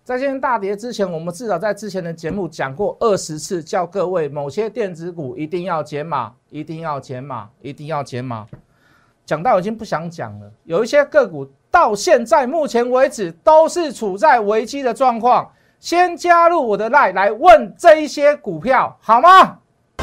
在今天大跌之前，我们至少在之前的节目讲过20次，叫各位某些电子股一定要减码，一定要减码，一定要减码。讲到已经不想讲了，有一些个股到现在目前为止都是处在危机的状况。先加入我的 LINE 来问这一些股票好吗？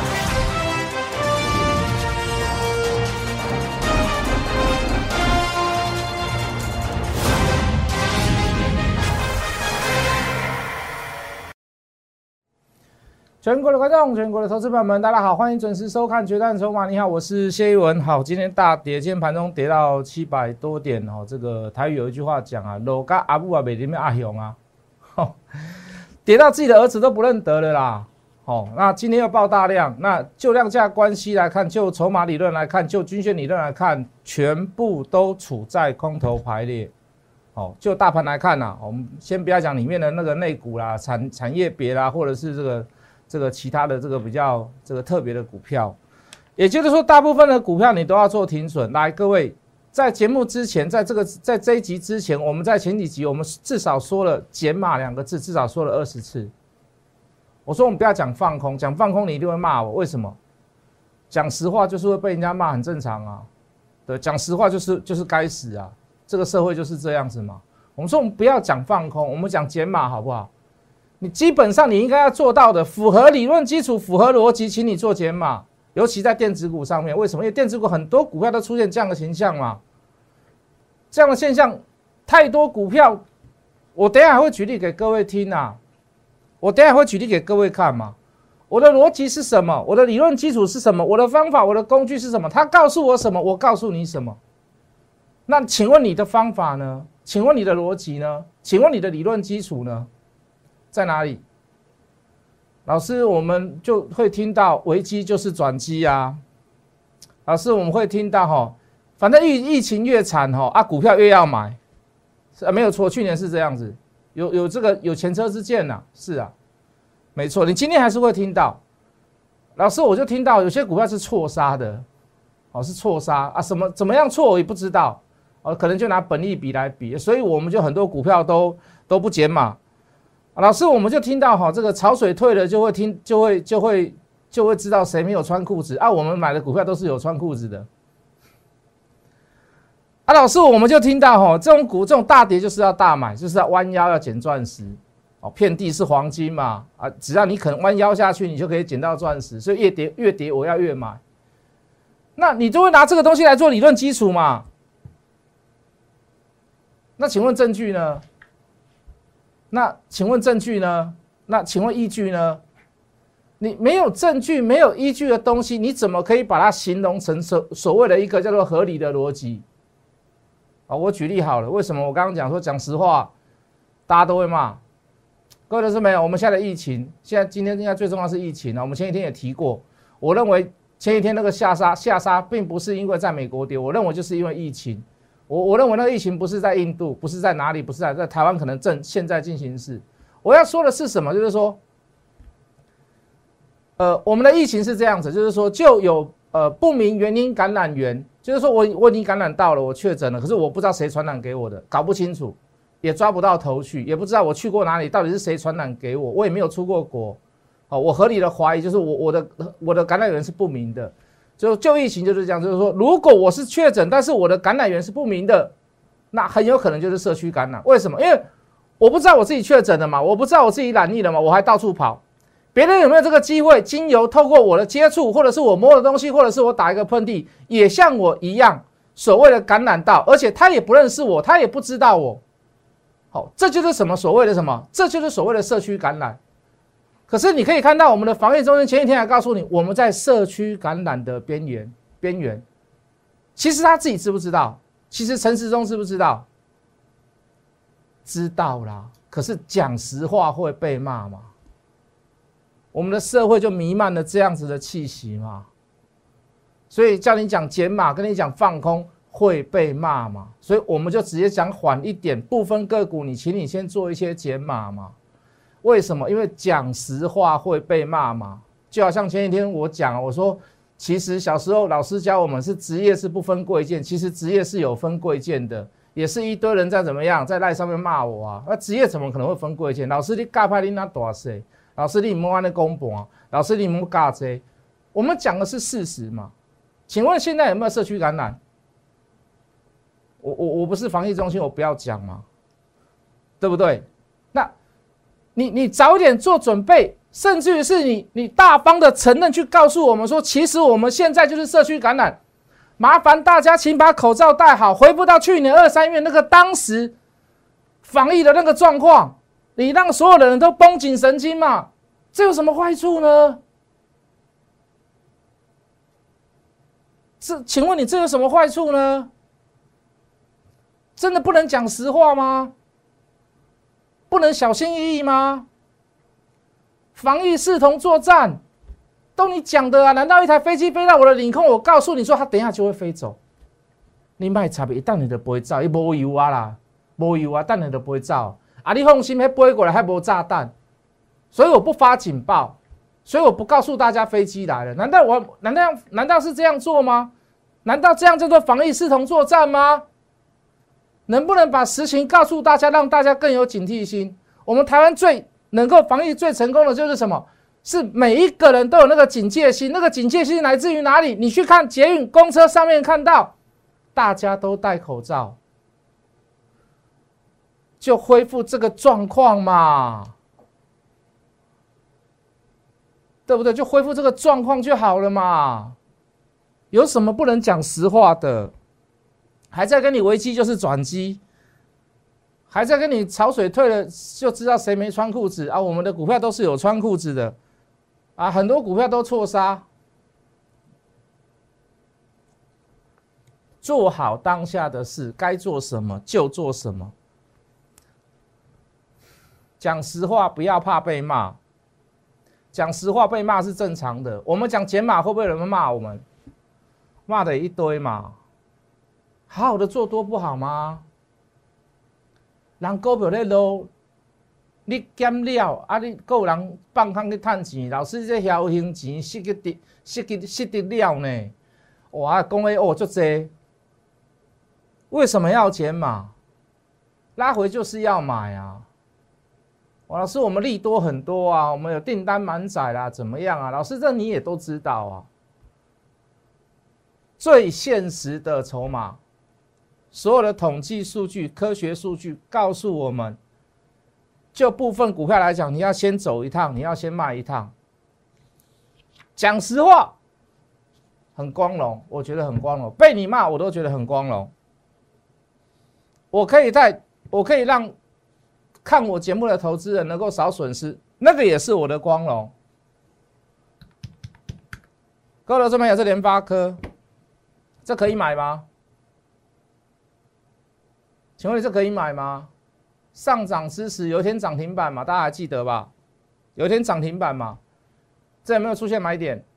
全国的观众，全国的投资朋友们，大家好，欢迎准时收看《决战筹码》。你好，我是谢一文。好，今天大跌，今天盘中跌到700多点哦。这个台语有一句话讲啊，老甲阿母啊，袂里面阿雄啊，跌到自己的儿子都不认得了啦。好，那今天又爆大量，那就量价关系来看，就筹码理论来看，就均线理论来看，全部都处在空头排列。好，就大盘来看我们先不要讲里面的那个类股啦、产业别啦，或者是这个其他的这个比较特别的股票，也就是说，大部分的股票你都要做停损。来，各位，在节目之前，在这一集之前，我们在前几集我们至少说了减码2个字，至少说了20次。我说我们不要讲放空，讲放空你一定会骂我，为什么？讲实话就是会被人家骂，很正常啊。对，讲实话就是该死啊，这个社会就是这样子嘛。我们说我们不要讲放空，我们讲减码好不好？你基本上你应该要做到的，符合理论基础、符合逻辑，请你做减码，尤其在电子股上面。为什么？因为电子股很多股票都出现这样的形象嘛，这样的现象太多股票，我等一下还会举例给各位听啊，我等一下会举例给各位看嘛。我的逻辑是什么？我的理论基础是什么？我的方法、我的工具是什么？他告诉我什么，我告诉你什么。那请问你的方法呢？请问你的逻辑呢？请问你的理论基础呢？在哪里？老师，我们就会听到危机就是转机啊。老师，我们会听到反正疫情越惨股票越要买，没有错，去年是这样子，有前车之鉴呐，是啊，没错。你今天还是会听到，老师，我就听到有些股票是错杀的，是错杀啊，怎么样错我也不知道，可能就拿本益比来比，所以我们就很多股票都不减码。老师，我们就听到这个潮水退了，就会知道谁没有穿裤子啊。我们买的股票都是有穿裤子的啊。老师，我们就听到这种大跌就是要大买，就是要弯腰要捡钻石遍地是黄金嘛啊，只要你肯弯腰下去，你就可以捡到钻石。所以越跌我要越买，那你就会拿这个东西来做理论基础嘛。那请问证据呢？那请问证据呢？那请问依据呢？你没有证据、没有依据的东西，你怎么可以把它形容成所谓的一个叫做合理的逻辑？我举例好了，为什么我刚刚讲说讲实话，大家都会骂？各位同事没有？我们现在的疫情，今天应该最重要是疫情。我们前几天也提过，我认为前几天那个下杀，并不是因为在美国跌，我认为就是因为疫情。我认为那个疫情不是在印度，不是在哪里，不是在台湾，可能现在进行式。我要说的是什么？就是说，我们的疫情是这样子，就是说就有不明原因感染源，就是说我已经感染到了，我确诊了，可是我不知道谁传染给我的，搞不清楚，也抓不到头绪，也不知道我去过哪里，到底是谁传染给我，我也没有出过国，我合理的怀疑就是我的感染源是不明的。就疫情就是这样，就是说，如果我是确诊，但是我的感染源是不明的，那很有可能就是社区感染。为什么？因为我不知道我自己确诊了嘛，我不知道我自己染疫了嘛，我还到处跑。别人有没有这个机会，经由透过我的接触，或者是我摸的东西，或者是我打一个喷嚏，也像我一样所谓的感染到，而且他也不认识我，他也不知道我。好，这就是什么所谓的什么？这就是所谓的社区感染。可是你可以看到，我们的防疫中心前几天还告诉你，我们在社区感染的边缘。其实他自己知不知道？其实陈时中知不知道？知道啦。可是讲实话会被骂嘛？我们的社会就弥漫了这样子的气息嘛？所以叫你讲减码，跟你讲放空会被骂嘛？所以我们就直接讲缓一点，部分个股请你先做一些减码嘛。为什么？因为讲实话会被骂嘛。就好像前几天我讲，我说其实小时候老师教我们是职业是不分贵贱，其实职业是有分贵贱的。 也是一堆人在怎么样，在赖上面骂我啊！那职业怎么可能会分贵贱？老师你尬拍你那大事，老师你莫安的公盘，老师你莫尬这，我们讲的是事实嘛？请问现在有没有社区感染？我不是防疫中心，我不要讲嘛，对不对？那你早一点做准备，甚至于是你大方的承认去告诉我们说，其实我们现在就是社区感染。麻烦大家请把口罩戴好，回复到去年2、3月那个当时防疫的那个状况，你让所有的人都绷紧神经嘛，这有什么坏处呢？请问你这有什么坏处呢？真的不能讲实话吗？不能小心翼翼吗？防疫视同作战。都你讲的啊？难道一台飞机飞到我的领空，我告诉你说它等一下就会飞走？你卖差别，等你就不会走，伊无油啊啦，无油啊，等你就不会走啊！你放心，那飞过来还无炸弹，所以我不发警报，所以我不告诉大家飞机来了。难道是这样做吗？难道这样叫做防疫视同作战吗？能不能把实情告诉大家，让大家更有警惕心？我们台湾最能够防疫最成功的就是什么？是每一个人都有那个警戒心，那个警戒心来自于哪里？你去看捷运、公车上面看到，大家都戴口罩，就恢复这个状况嘛，对不对？就恢复这个状况就好了嘛，有什么不能讲实话的？还在跟你危机就是转机，还在跟你潮水退了就知道谁没穿裤子啊？我们的股票都是有穿裤子的。啊，很多股票都错杀，做好当下的事，该做什么就做什么。讲实话，不要怕被骂。讲实话，被骂是正常的。我们讲减码，会不会有人骂我们？骂的一堆嘛。好好的做多不好吗？人股票在落。你减了啊！你还有人放空去赚钱，老师这侥幸钱失得了呢？哇，讲的哦，足多。为什么要减码？拉回就是要买啊！老师，我们利多很多啊，我们有订单满载啦，怎么样啊？老师，这你也都知道啊。最现实的筹码，所有的统计数据、科学数据告诉我们。就部分股票来讲，你要先走一趟，你要先卖一趟。讲实话，很光荣，我觉得很光荣。被你骂，我都觉得很光荣。我可以让看我节目的投资人能够少损失，那个也是我的光荣。各位投资朋友，这联发科，这可以买吗？请问你这可以买吗？上涨之时有一天涨停板嘛，大家还记得吧？有一天涨停板嘛，这有没有出现买点？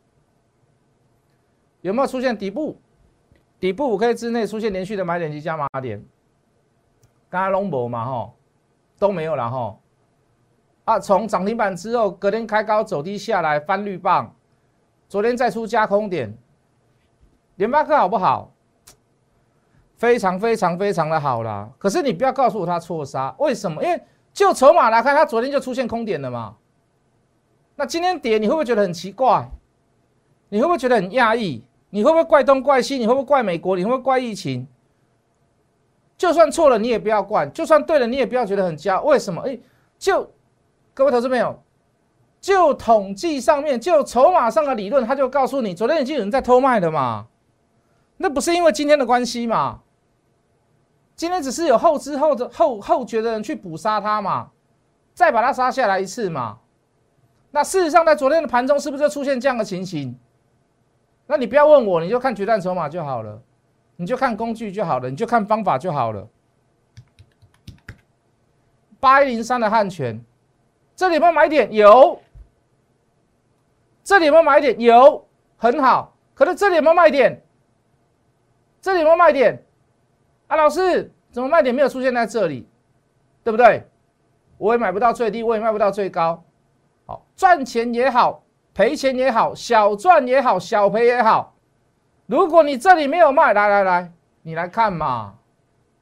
有没有出现底部？底部5K 之内出现连续的买点及加码点？刚才拢没嘛吼，都没有了吼。啊，从涨停板之后，隔天开高走低下来翻绿棒，昨天再出加空点，联发科好不好？非常非常非常的好啦，可是你不要告诉我它错杀，为什么？因为就筹码来看，它昨天就出现空点了嘛。那今天跌，你会不会觉得很奇怪？你会不会觉得很讶异？你会不会怪东怪西？你会不会怪美国？你会不会怪疫情？就算错了，你也不要怪；就算对了，你也不要觉得很骄傲。为什么？就各位投资朋友，就统计上面，就筹码上的理论，他就告诉你，昨天已经有人在偷卖了嘛。那不是因为今天的关系嘛？今天只是有后知后觉的人去捕杀它嘛，再把它杀下来一次嘛。那事实上，在昨天的盘中是不是就出现这样的情形？那你不要问我，你就看决战筹码就好了，你就看工具就好了，你就看方法就好了。8103的汉泉，这里有没有买点？有。这里有没有买点？有，很好。可是这里有没有卖点？这里有没有卖点？啊，老师，怎么卖点没有出现在这里？对不对？我也买不到最低，我也卖不到最高。好，赚钱也好，赔钱也好，小赚也好，小赔也好。如果你这里没有卖，来，你来看嘛。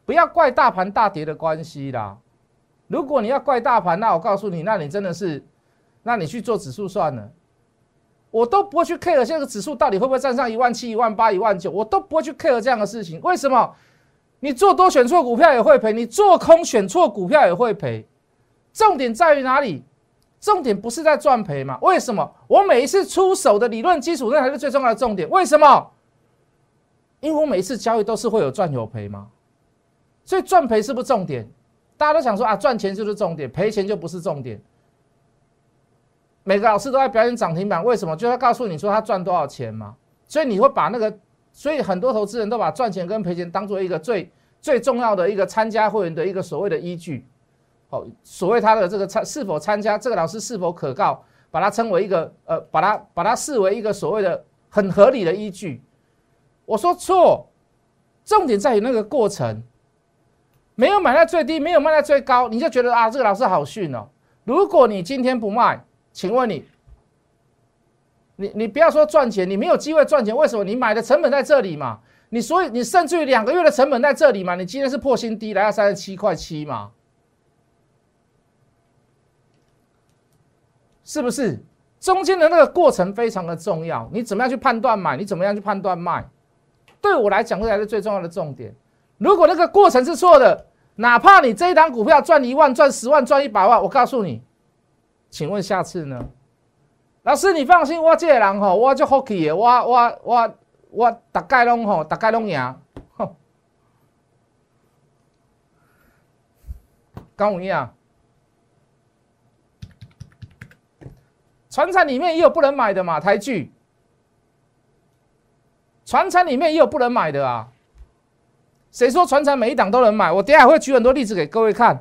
不要怪大盘大跌的关系啦。如果你要怪大盘，那我告诉你，那你真的是，那你去做指数算了。我都不会去 care 这个指数到底会不会站上17000、18000、19000，我都不会去 care 这样的事情。为什么？你做多选错股票也会赔，你做空选错股票也会赔。重点在于哪里？重点不是在赚赔嘛？为什么？我每一次出手的理论基础，那才是最重要的重点。为什么？因为我每一次交易都是会有赚有赔嘛。所以赚赔是不是重点？大家都想说啊，赚钱就是重点，赔钱就不是重点。每个老师都在表演涨停板，为什么？就要告诉你说他赚多少钱嘛。所以你会把那个，所以很多投资人都把赚钱跟赔钱当做一个最重要的一个参加会员的一个所谓的依据。所谓他的这个是否参加，这个老师是否可靠，把它称为一个把它视为一个所谓的很合理的依据。我说错，重点在于那个过程，没有买在最低，没有卖在最高，你就觉得啊，这个老师好逊哦。如果你今天不卖，请问你不要说赚钱，你没有机会赚钱，为什么？你买的成本在这里嘛，所以你甚至于2个月的成本在这里嘛，你今天是破新低，来到37.7块嘛，是不是？中间的那个过程非常的重要，你怎么样去判断买，你怎么样去判断卖，对我来讲这才是最重要的重点。如果那个过程是错的，哪怕你这一档股票赚1万、赚10万、赚100万，我告诉你，请问下次呢？老师你放心，我这个人我就福气的，我大概拢赢，跟我一样。传产里面也有不能买的嘛，台剧。传产里面也有不能买的啊。谁说传产每一档都能买？我等一下会举很多例子给各位看。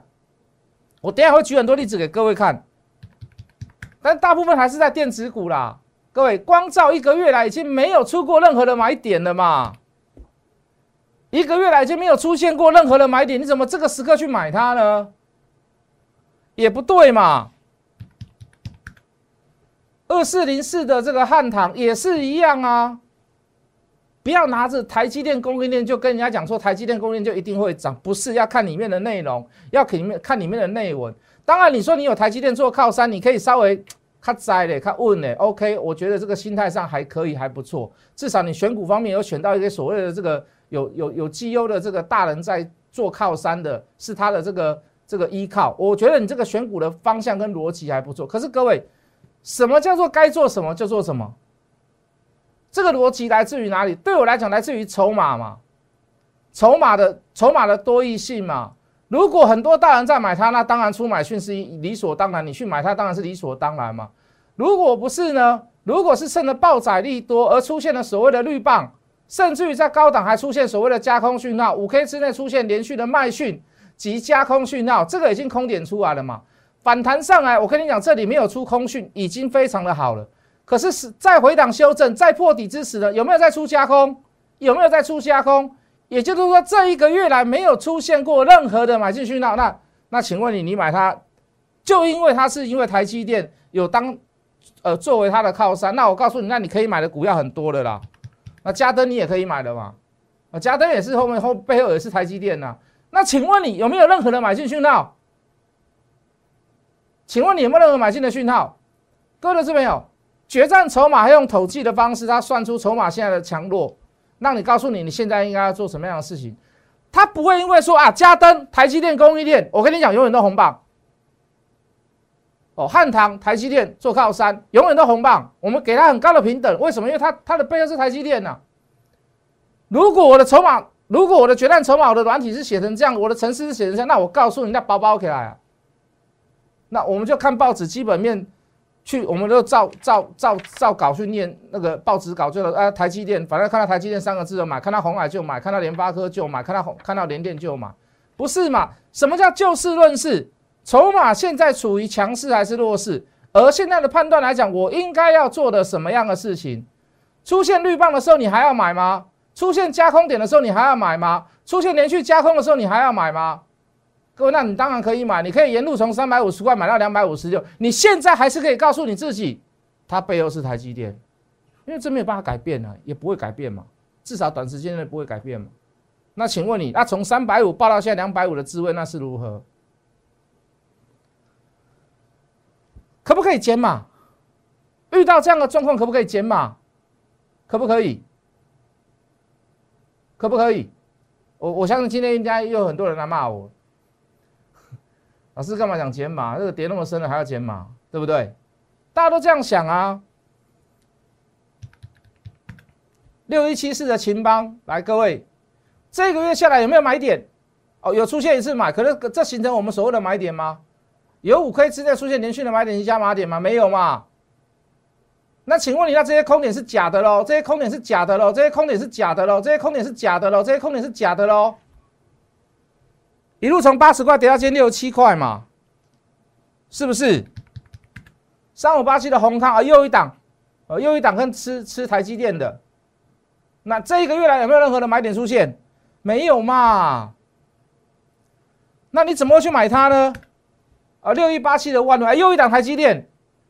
但大部分还是在电子股啦。各位，光照1个月来已经没有出过任何的买点了嘛？1个月来已经没有出现过任何的买点，你怎么这个时刻去买它呢？也不对嘛。2404的这个汉唐也是一样啊。不要拿着台积电供应链就跟人家讲说台积电供应链就一定会涨，不是，要看里面的内容，要看里面的内文。当然，你说你有台积电做靠山，你可以稍微较窄嘞、较稳嘞 ，OK， 我觉得这个心态上还可以，还不错。至少你选股方面有选到一个所谓的这个有绩优的这个大人在做靠山的，是他的这个依靠。我觉得你这个选股的方向跟逻辑还不错。可是各位，什么叫做该做什么就做什么？这个逻辑来自于哪里？对我来讲，来自于筹码嘛，筹码的多异性嘛。如果很多大人在买它，那当然出买讯是理所当然，你去买它当然是理所当然嘛。如果不是呢？如果是趁着爆载利多而出现了所谓的绿棒，甚至于在高档还出现所谓的加空讯号，5K 之内出现连续的卖讯及加空讯号，这个已经空点出来了嘛。反弹上来，我跟你讲，这里没有出空讯，已经非常的好了。可是再回档修正，再破底之时呢，有没有再出加空？有没有再出加空？也就是说，这1个月来没有出现过任何的买进讯号。那请问你买它，就因为它是因为台积电有作为它的靠山。那我告诉你，那你可以买的股票很多的啦。那嘉登你也可以买的嘛。嘉登也是背后也是台积电呐。那请问你有没有任何的买进讯号？请问你有没有任何买进的讯号？各位投资朋友，决战筹码还用统计的方式，它算出筹码现在的强弱。让你告诉你现在应该要做什么样的事情，他不会因为说啊嘉登、台积电供应链，我跟你讲永远都红棒。汉唐、台积电做靠山，永远都红棒，我们给他很高的平等。为什么？因为他的背后是台积电呐。如果我的决战筹码，我的软体是写成这样，我的程式是写成这样，那我告诉你，那包起来啊。那我们就看报纸基本面。我们都照稿去念那个报纸稿，就台积电，反正看到台积电3个字就买，看到鸿海就买，看到联发科就买，看到联电就买，不是嘛？什么叫就事论事？筹码现在处于强势还是弱势？而现在的判断来讲，我应该要做的什么样的事情？出现绿棒的时候，你还要买吗？出现加空点的时候，你还要买吗？出现连续加空的时候，你还要买吗？各位，那你当然可以买，你可以沿路从350块买到256，你现在还是可以告诉你自己，它背后是台积电，因为这没有办法改变啊，也不会改变嘛，至少短时间内不会改变嘛。 那请问你，那从350报到现在250的滋味，那是如何？可不可以减码？遇到这样的状况，可不可以减码？可不可以？可不可以？我相信今天应该又有很多人来骂我，老师干嘛讲减码？这个跌那么深了还要减码，对不对？大家都这样想啊。6174的秦邦，来各位，这个月下来有没有买点？哦，有出现一次买，可是这形成我们所谓的买点吗？有5K 之内出现连续的买点及加码点吗？没有嘛。那请问你，那这些空点是假的喽？这些空点是假的喽？这些空点是假的喽？这些空点是假的喽？这些空点是假的喽？一路从80块跌到今天67块嘛，是不是？3587的宏康啊，又一档，又一档跟吃台积电的。那这一个月来有没有任何的买点出现？没有嘛。那你怎么会去买它呢？6187的万润，又一档台积电。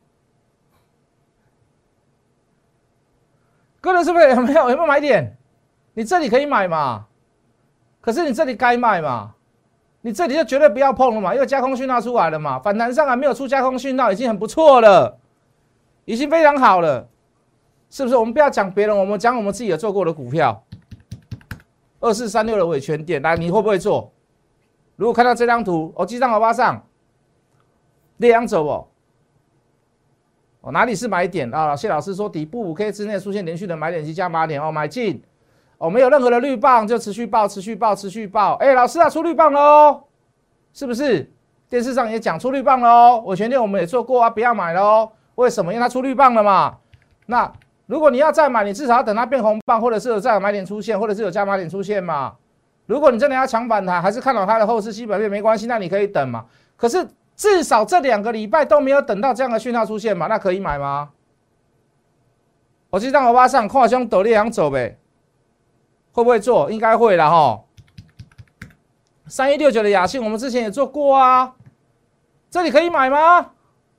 个人是不是有没有买点？你这里可以买嘛，可是你这里该卖嘛，你这里就绝对不要碰了嘛，因为加空讯号出来了嘛，反弹上还没有出加空讯号，已经很不错了，已经非常好了，是不是？我们不要讲别人，我们讲我们自己有做过的股票，2436的伟全电，来，你会不会做？如果看到这张图，记账好巴上，这样走哦。哪里是买点啊？谢老师说底部5K 之内出现连续的买点及加码点买进没有任何的绿棒就持续报，持续报，持续报。老师啊，出绿棒喽，是不是？电视上也讲出绿棒喽，我全店我们也做过啊，不要买喽。为什么？因为它出绿棒了嘛。那如果你要再买，你至少要等它变红棒，或者是有再有买点出现，或者是有加码点出现嘛。如果你真的要抢反弹，还是看好它的后市基本面没关系，那你可以等嘛。可是至少这2个礼拜都没有等到这样的讯号出现嘛，那可以买吗？我去让我巴上看兄斗力想走呗，会不会做？应该会啦齁。3169的雅信我们之前也做过啊，这里可以买吗？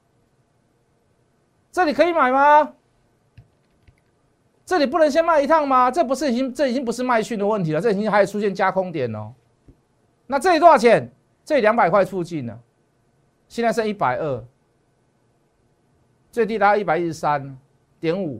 这里可以买吗？这里不能先卖一趟吗？这已经不是卖讯的问题了，这已经还有出现加空点哦。那这里多少钱？这里200块附近了。现在剩120，最低达到113.5。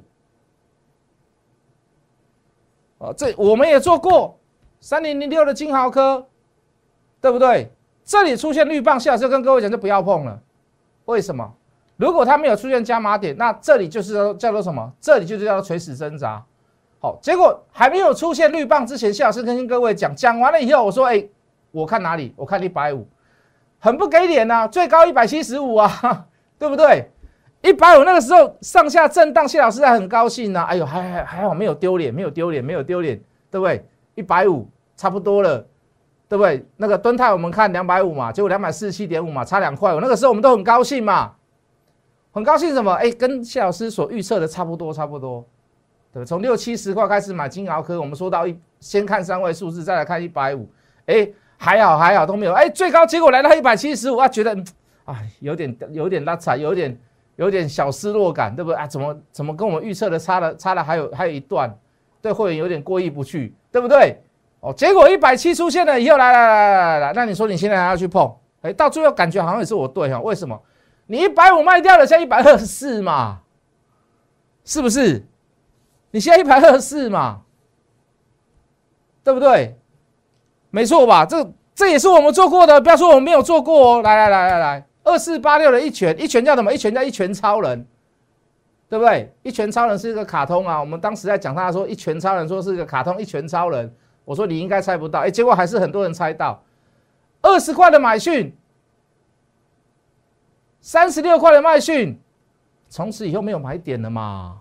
这我们也做过3006的金豪科，对不对？这里出现绿棒，谢老师跟各位讲就不要碰了。为什么？如果它没有出现加码点，那这里就是叫做什么？这里就是叫做垂死挣扎。好，结果还没有出现绿棒之前，谢老师跟各位讲完了以后，我说，我看哪里？我看150。很不给脸啊，最高175啊，对不对？150那个时候上下震荡，谢老师还很高兴啊。哎呦，还好没有丢脸，没有丢脸，对不对？150差不多了，对不对？那个敦泰我们看250嘛，结果247.5嘛，差2块。那个时候我们都很高兴嘛，很高兴什么？跟谢老师所预测的差不多，对，从60、70块开始买金豪科，我们说到先看3位数字，再来看150，还好都没有，最高结果来到175啊，觉得有点拉踩，有点小失落感，对不对？怎么跟我们预测的差了还有一段，对会员有点过意不去，对不对？结果170出现了以后，来，那你说你现在还要去碰？到最后感觉好像也是我对为什么？你150卖掉了，现在124嘛，是不是？你现在124嘛，对不对？没错吧？这也是我们做过的，不要说我们没有做过哦。来，2486的一拳叫什么？一拳叫一拳超人，对不对？一拳超人是一个卡通啊，我们当时在讲他说一拳超人，说是一个卡通一拳超人，我说你应该猜不到，结果还是很多人猜到。20块的买讯，36块的卖讯，从此以后没有买点了嘛？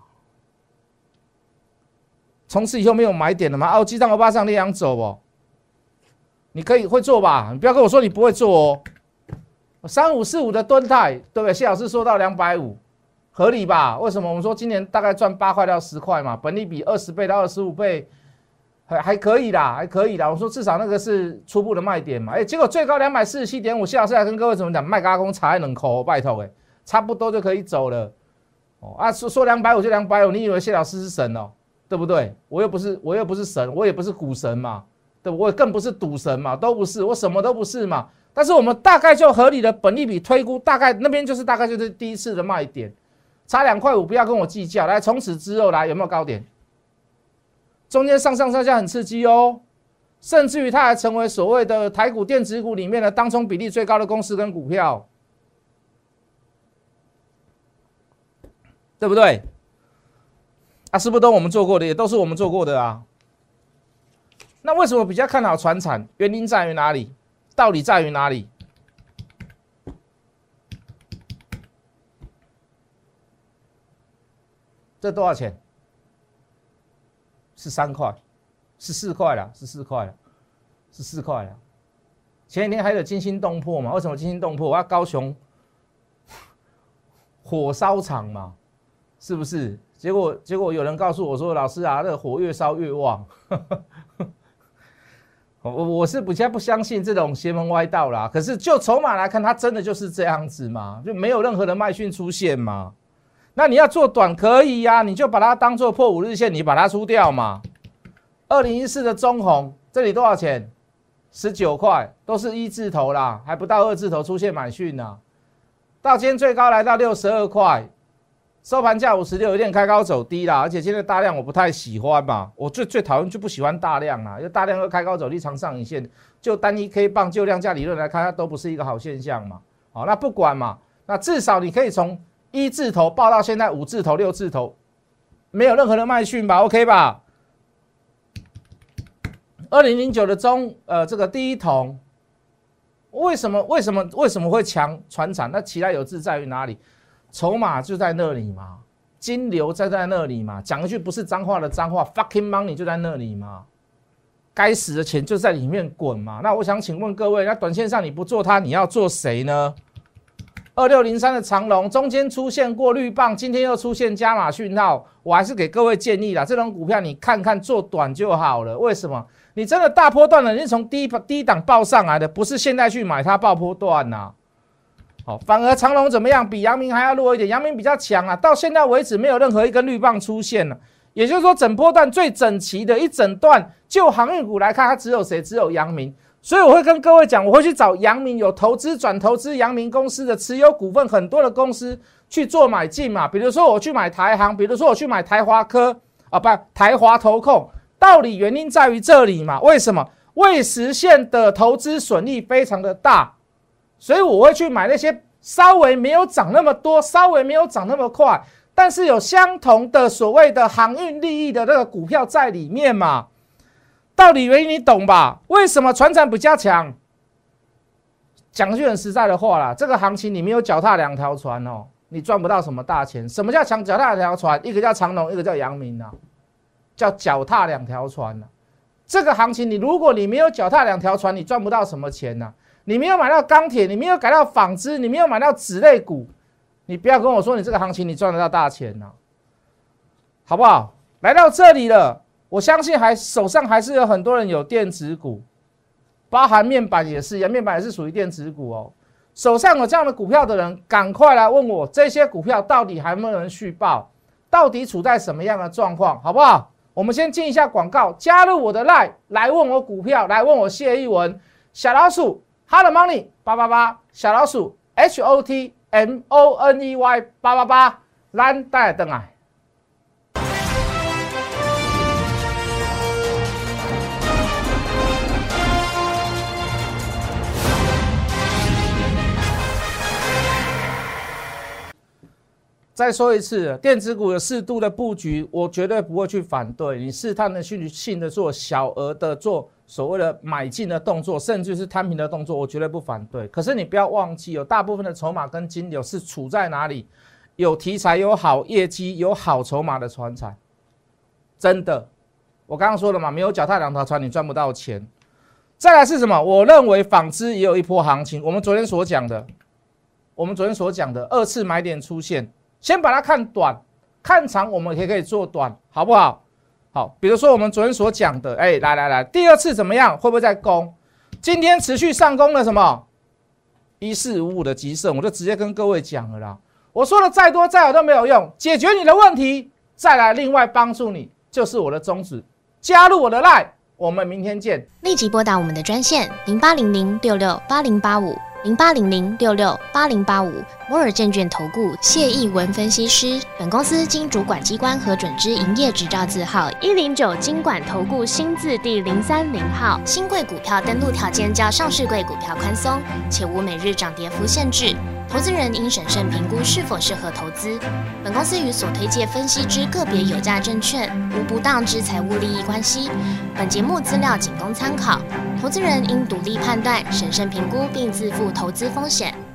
记账欧巴上那样走哦。你会做吧？你不要跟我说你不会做哦。3545的敦泰，对不对？谢老师说到250，合理吧？为什么？我们说今年大概赚8块到10块嘛，本利比20倍到25倍，还可以啦，我说至少那个是初步的卖点嘛。结果最高247.5，谢老师还跟各位怎么讲？卖加工差2口，拜托差不多就可以走了。说250就250，你以为谢老师是神哦？对不对？我又不是神，我也不是股神嘛。对对，我更不是赌神嘛，都不是，我什么都不是嘛。但是我们大概就合理的本益比推估，大概那边大概就是第一次的卖点，差2.5块，不要跟我计较。来，从此之后来有没有高点？中间上上下下很刺激哦，甚至于它还成为所谓的台股电子股里面的当冲比例最高的公司跟股票，对不对？啊，是不是都我们做过的？也都是我们做过的啊。那为什么比较看好传产？原因在于哪里？道理在于哪里？这多少钱？13块，14块了，14块了，14块了。前几天还有惊心动魄嘛？为什么惊心动魄？我要高雄火烧场嘛，是不是？结果有人告诉我说，老师啊，那个火越烧越旺。我是比较不相信这种邪门歪道啦。可是就筹码来看，它真的就是这样子嘛，就没有任何的卖讯出现嘛。那你要做短可以呀，你就把它当做破5日线，你把它出掉嘛。2014的中红这里多少钱？19块，都是1字头啦，还不到2字头出现买讯啊。到今天最高来到62块。收盘价56，有点开高走低啦，而且今天的大量我不太喜欢嘛，我最讨厌就不喜欢大量啦，因为大量又开高走低长上影线，就单一 K 棒就量价理论来看，它都不是一个好现象嘛。好，那不管嘛，那至少你可以从1字头报到现在5字头、6字头，没有任何的卖讯吧 ，OK 吧？2009的这个第一铜，为什么会强传产？那其他有志在于哪里？筹码就在那里嘛，金流在那里嘛，讲一句不是脏话的脏话 ，fucking money 就在那里嘛，该死的钱就在里面滚嘛。那我想请问各位，那短线上你不做它，你要做谁呢？2603的长荣中间出现过绿棒，今天又出现加码讯号，我还是给各位建议啦，这种股票你看看做短就好了。为什么？你真的大波段的，你是从低档报上来的，不是现在去买它爆波段呐。好，反而长荣怎么样？比阳明还要弱一点，阳明比较强啊。到现在为止，没有任何一根绿棒出现了。也就是说，整波段最整齐的一整段，就航运股来看，它只有谁？只有阳明。所以我会跟各位讲，我会去找阳明有投资转投资阳明公司的持有股份很多的公司去做买进嘛。比如说我去买台航，比如说我去买台华科啊，不，台华投控。道理原因在于这里嘛？为什么？未实现的投资损益非常的大。所以我会去买那些稍微没有涨那么多，稍微没有涨那么快，但是有相同的所谓的航运利益的那个股票在里面嘛。道理原因你懂吧？为什么传产比较强？讲句很实在的话啦，这个行情你没有脚踏2条船哦，你赚不到什么大钱。什么叫强脚踏2条船？一个叫长荣，一个叫阳明啊，叫脚踏2条船啊。这个行情如果你没有脚踏2条船，你赚不到什么钱啊。你没有买到钢铁，你没有改到纺织，你没有买到纸类股，你不要跟我说你这个行情你赚得到大钱啊，好不好？来到这里了，我相信手上还是有很多人有电子股，包含面板也是，面板也是属于电子股哦。手上有这样的股票的人，赶快来问我这些股票到底还有没有人续报，到底处在什么样的状况，好不好？我们先进一下广告，加入我的 LINE 来问我股票，来问我谢逸文，小老鼠。Hot Money 888，小老鼠 HOT MONEY 888，咱带回来。再说一次，电子股有适度的布局，我绝对不会去反对你试探的性的做小额的做所谓的买进的动作，甚至是摊平的动作，我绝对不反对。可是你不要忘记，有大部分的筹码跟金流是处在哪里？有题材、有好业绩、有好筹码的传产，真的，我刚刚说了嘛，没有脚踏2条船，你赚不到钱。再来是什么？我认为纺织也有一波行情。我们昨天所讲的2次买点出现。先把它看短，看长我们也可以做短，好不好？好，比如说我们昨天所讲的，来，第2次怎么样？会不会再攻？今天持续上攻了什么？1455的极盛，我就直接跟各位讲了啦。我说的再多再好都没有用，解决你的问题，再来另外帮助你，就是我的宗旨。加入我的 LINE， 我们明天见。 立即拨打我们的专线0800668085，0800668085。摩尔证券投顾谢逸文分析师。本公司经主管机关核准之营业执照字号109金管投顾新字第030号。新贵股票登录条件较上市贵股票宽松，且无每日涨跌幅限制。投资人应审慎评估是否适合投资。本公司与所推介分析之个别有价证券无不当之财务利益关系。本节目资料仅供参考，投资人应独立判断、审慎评估并自负投资风险。